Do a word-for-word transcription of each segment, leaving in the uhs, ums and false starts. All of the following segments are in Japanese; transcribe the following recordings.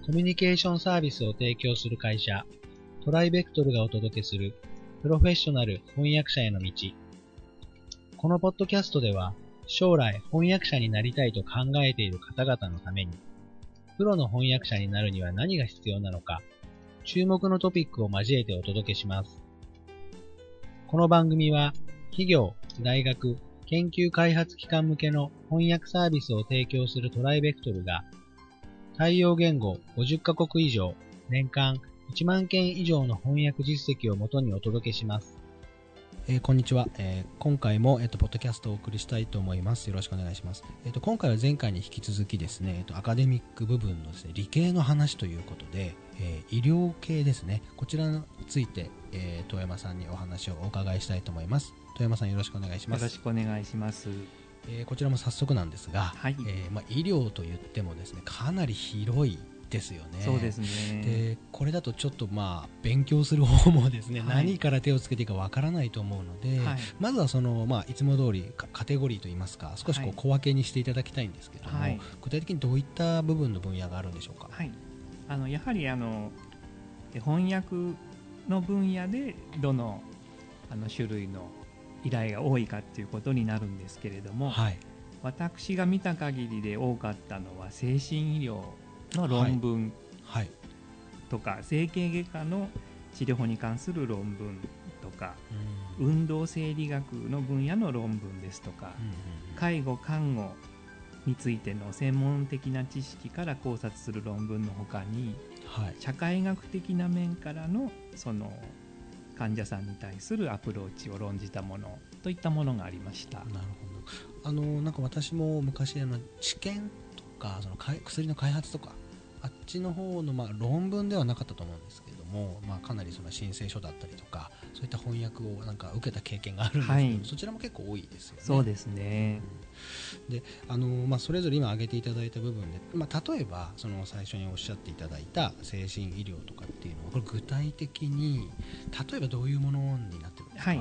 コミュニケーションサービスを提供する会社、トライベクトルがお届けするプロフェッショナル翻訳者への道。このポッドキャストでは、将来翻訳者になりたいと考えている方々のために、プロの翻訳者になるには何が必要なのか、注目のトピックを交えてお届けします。この番組は、企業、大学、研究開発機関向けの翻訳サービスを提供するトライベクトルが、対応言語ごじゅっカ国以上、年間いちまんけん以上の翻訳実績をもとにお届けします。 えー、こんにちは、えー、今回も、えーと、ポッドキャストをお送りしたいと思います。よろしくお願いします。えーと、今回は前回に引き続きですね、えーと、アカデミック部分のですね、理系の話ということで、えー、医療系ですね、こちらについて、えー、遠山さんにお話をお伺いしたいと思います。遠山さんよろしくお願いします。 よろしくお願いします。 えー、こちらも早速なんですが、 はいえーまあ、医療といってもですね、かなり広いですよね。 そうですね。 でこれだとちょっとまあ勉強する方もですね、はい、何から手をつけていいかわからないと思うので、はい、まずはその、まあ、いつも通りカテゴリーといいますか少しこう小分けにしていただきたいんですけども、はい、具体的にどういった部分の分野があるんでしょうか。 はい、あのやはりあの翻訳の分野でどの、あの種類の依頼が多いかということになるんですけれども、はい、私が見た限りで多かったのは精神医療の論文とか、はいはい、整形外科の治療法に関する論文とか、うん、運動生理学の分野の論文ですとか、うんうんうん、介護看護についての専門的な知識から考察する論文のほかに、はい、社会学的な面からのその患者さんに対するアプローチを論じたものといったものがありました。 なるほど。あのなんか私も昔あの治験とかその薬の開発とかあっちの方のまあ論文ではなかったと思うんですけれども、まあ、かなりその申請書だったりとかそういった翻訳をなんか受けた経験があるんですけど、はい、そちらも結構多いですよね。 そうですね。 うん、であの、まあ、それぞれ今挙げていただいた部分で、まあ、例えばその最初におっしゃっていただいた精神医療とかっていうのはこれ具体的に例えばどういうものになってるんですか。はい、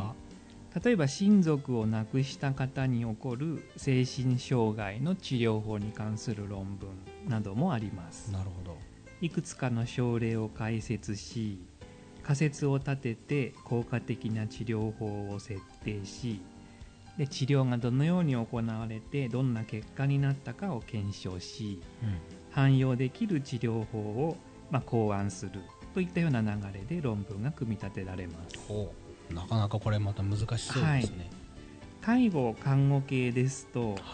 例えば親族を亡くした方に起こる精神障害の治療法に関する論文などもあります。 なるほど。 いくつかの症例を解説し仮説を立てて効果的な治療法を設定しで治療がどのように行われてどんな結果になったかを検証し、うん、汎用できる治療法を、まあ、考案するといったような流れで論文が組み立てられます。 ほう、なかなかこれまた難しそうですね。はい、 介護看護系ですと、はい、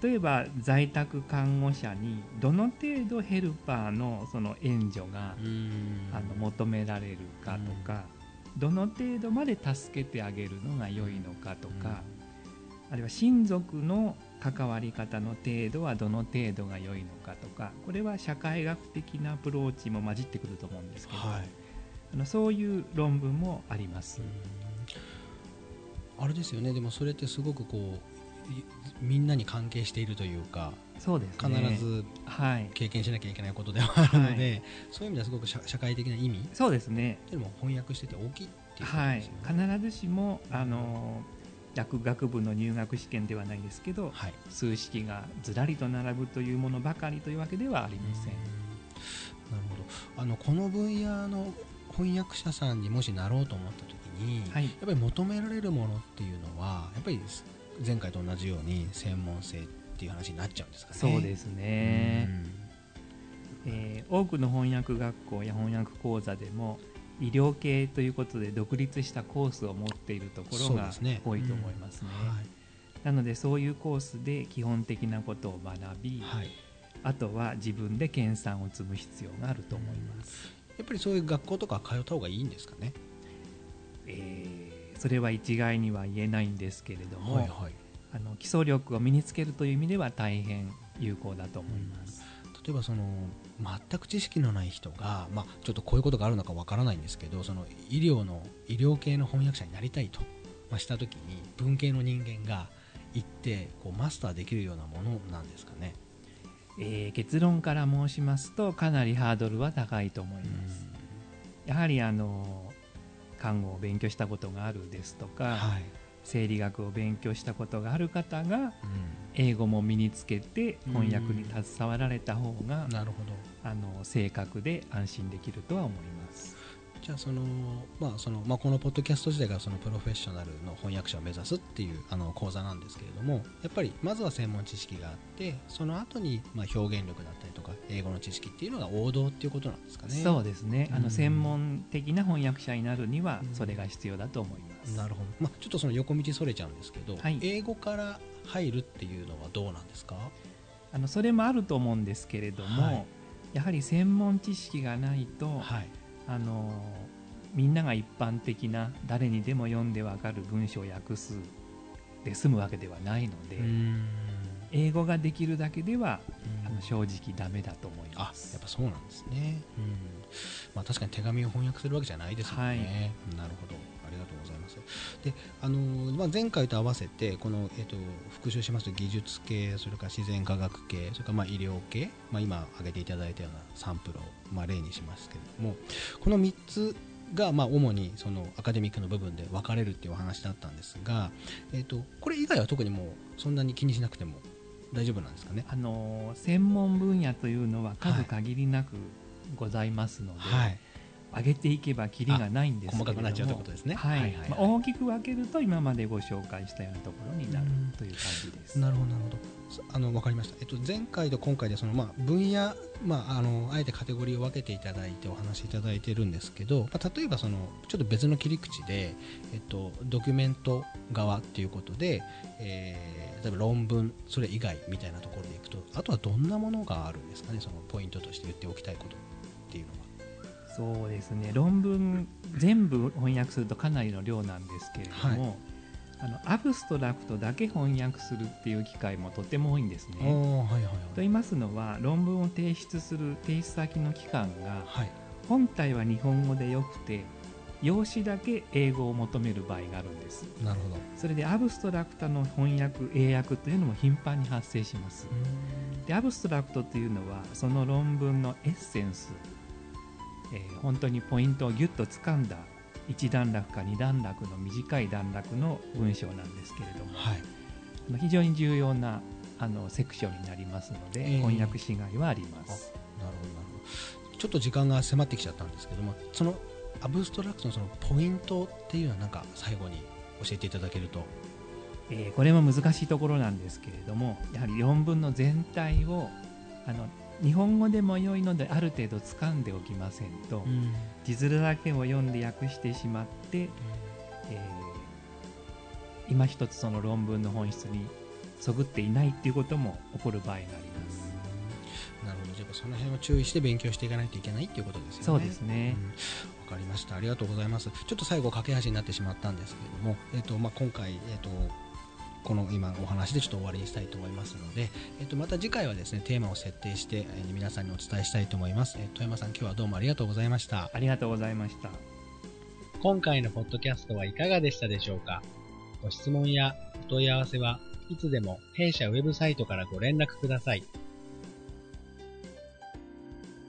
例えば在宅看護者にどの程度ヘルパーのその援助があの求められるかとか、どの程度まで助けてあげるのが良いのかとか、あるいは親族の関わり方の程度はどの程度が良いのかとか、これは社会学的なアプローチも混じってくると思うんですけど、はい、あのそういう論文もあります。 あれですよね。でもそれってすごくこうみんなに関係しているというか、 そうですね、 必ず経験しなきゃいけないことではあるので、はい、そういう意味ではすごく 社, 社会的な意味そうですねでも翻訳してて大きいっていうことですよね。はい、必ずしもあの薬学部の入学試験ではないですけど、はい、数式がずらりと並ぶというものばかりというわけではありません。 なるほど。あのこの分野の翻訳者さんにもしなろうと思った時に、はい、やっぱり求められるものっていうのはやっぱり前回と同じように専門性っていう話になっちゃうんですかね。 そうですね、えー、多くの翻訳学校や翻訳講座でも医療系ということで独立したコースを持っているところが多いと思いますね。はい、なのでそういうコースで基本的なことを学び、はい、あとは自分で研鑽を積む必要があると思います。 やっぱりそういう学校とか通った方がいいんですかね。 えー、それは一概には言えないんですけれども、はいはい、あの基礎力を身につけるという意味では大変有効だと思います。 うん、例えばその全く知識のない人が、まあ、ちょっとこういうことがあるのかわからないんですけど、その医療の医療系の翻訳者になりたいと、まあ、した時に文系の人間が行ってこうマスターできるようなものなんですかね。 えー、結論から申しますとかなりハードルは高いと思います。やはりあの看護を勉強したことがあるですとか、はい、生理学を勉強したことがある方が、うん、 英語も身につけて翻訳に携わられた方が、 なるほど、 あの正確で安心できるとは思います。 じゃあその、まあそのまあ、このポッドキャスト自体がそのプロフェッショナルの翻訳者を目指すっていうあの講座なんですけれども、やっぱりまずは専門知識があって、その後にまあ表現力だったりとか英語の知識っていうのが王道っていうことなんですかね。 そうですね、あの専門的な翻訳者になるにはそれが必要だと思います。 なるほど、まあ、ちょっとその横道それちゃうんですけど、 はい、 英語から入るっていうのはどうなんですか？ あのそれもあると思うんですけれども、はい、やはり専門知識がないと、はい、あのみんなが一般的な誰にでも読んでわかる文章を訳すで済むわけではないので、英語ができるだけではあの正直ダメだと思います。 あ、やっぱそうなんですね。うん、まあ、確かに手紙を翻訳するわけじゃないですもんね。はい、なるほど、ありがとうございます。で、あのまあ、前回と合わせてこの、えーと、復習しますと技術系、それから自然科学系、それからまあ医療系、まあ、今挙げていただいたようなサンプルをまあ例にしますけれども、このみっつがまあ主にそのアカデミックの部分で分かれるっていうお話だったんですが、えーと、これ以外は特にもうそんなに気にしなくても大丈夫なんですかね？ あの専門分野というのは数限りなくございますので、はい、上げていけばきりがないんですけれども、 細かくなっちゃうということですね。 はいはいはいはい、まあ、大きく分けると今までご紹介したようなところになるという感じです。 なるほどなるほど、あの分かりました。えっと、前回と今回でその、まあ、分野、まあ、あのあえてカテゴリーを分けていただいてお話しいただいてるんですけど、まあ、例えばそのちょっと別の切り口で、えっと、ドキュメント側っていうことで、えー、例えば論文それ以外みたいなところでいくと、あとはどんなものがあるんですかね、そのポイントとして言っておきたいことっていうのは。 そうですね、論文全部翻訳するとかなりの量なんですけれども、はい、あのアブストラクトだけ翻訳するっていう機会もとても多いんですね。はいはいはい、と言いますのは、論文を提出する提出先の機関が、はい、本体は日本語でよくて用紙だけ英語を求める場合があるんです。 なるほど。 それでアブストラクトの翻訳英訳というのも頻繁に発生します。でアブストラクトというのはその論文のエッセンス、えー、本当にポイントをギュッと掴んだ一段落か二段落の短い段落の文章なんですけれども、はい、あの非常に重要なあのセクションになりますので、えー、翻訳しがいはあります。 なるほどなるほど。ちょっと時間が迫ってきちゃったんですけども、そのアブストラクトのそのポイントっていうのはなんか最後に教えていただけると。 えー、これも難しいところなんですけれども、やはり論文の全体をあの日本語でも良いのである程度掴んでおきませんと、うん、字面だけを読んで訳してしまって、うん、えー、今一つその論文の本質にそぐっていないっていうことも起こる場合があります。 うん、なるほど。じゃあその辺を注意して勉強していかないといけないっていうことですよね。 そうですね。 うん、わかりました。ありがとうございます。ちょっと最後駆け橋になってしまったんですけれども、えーとまあ、今回、えーとこの今お話でちょっと終わりにしたいと思いますので、えっと、また次回はですねテーマを設定して、えー、皆さんにお伝えしたいと思います。えー、富山さん、今日はどうもありがとうございました。 ありがとうございました。 今回のポッドキャストはいかがでしたでしょうか。ご質問やお問い合わせはいつでも弊社ウェブサイトからご連絡ください。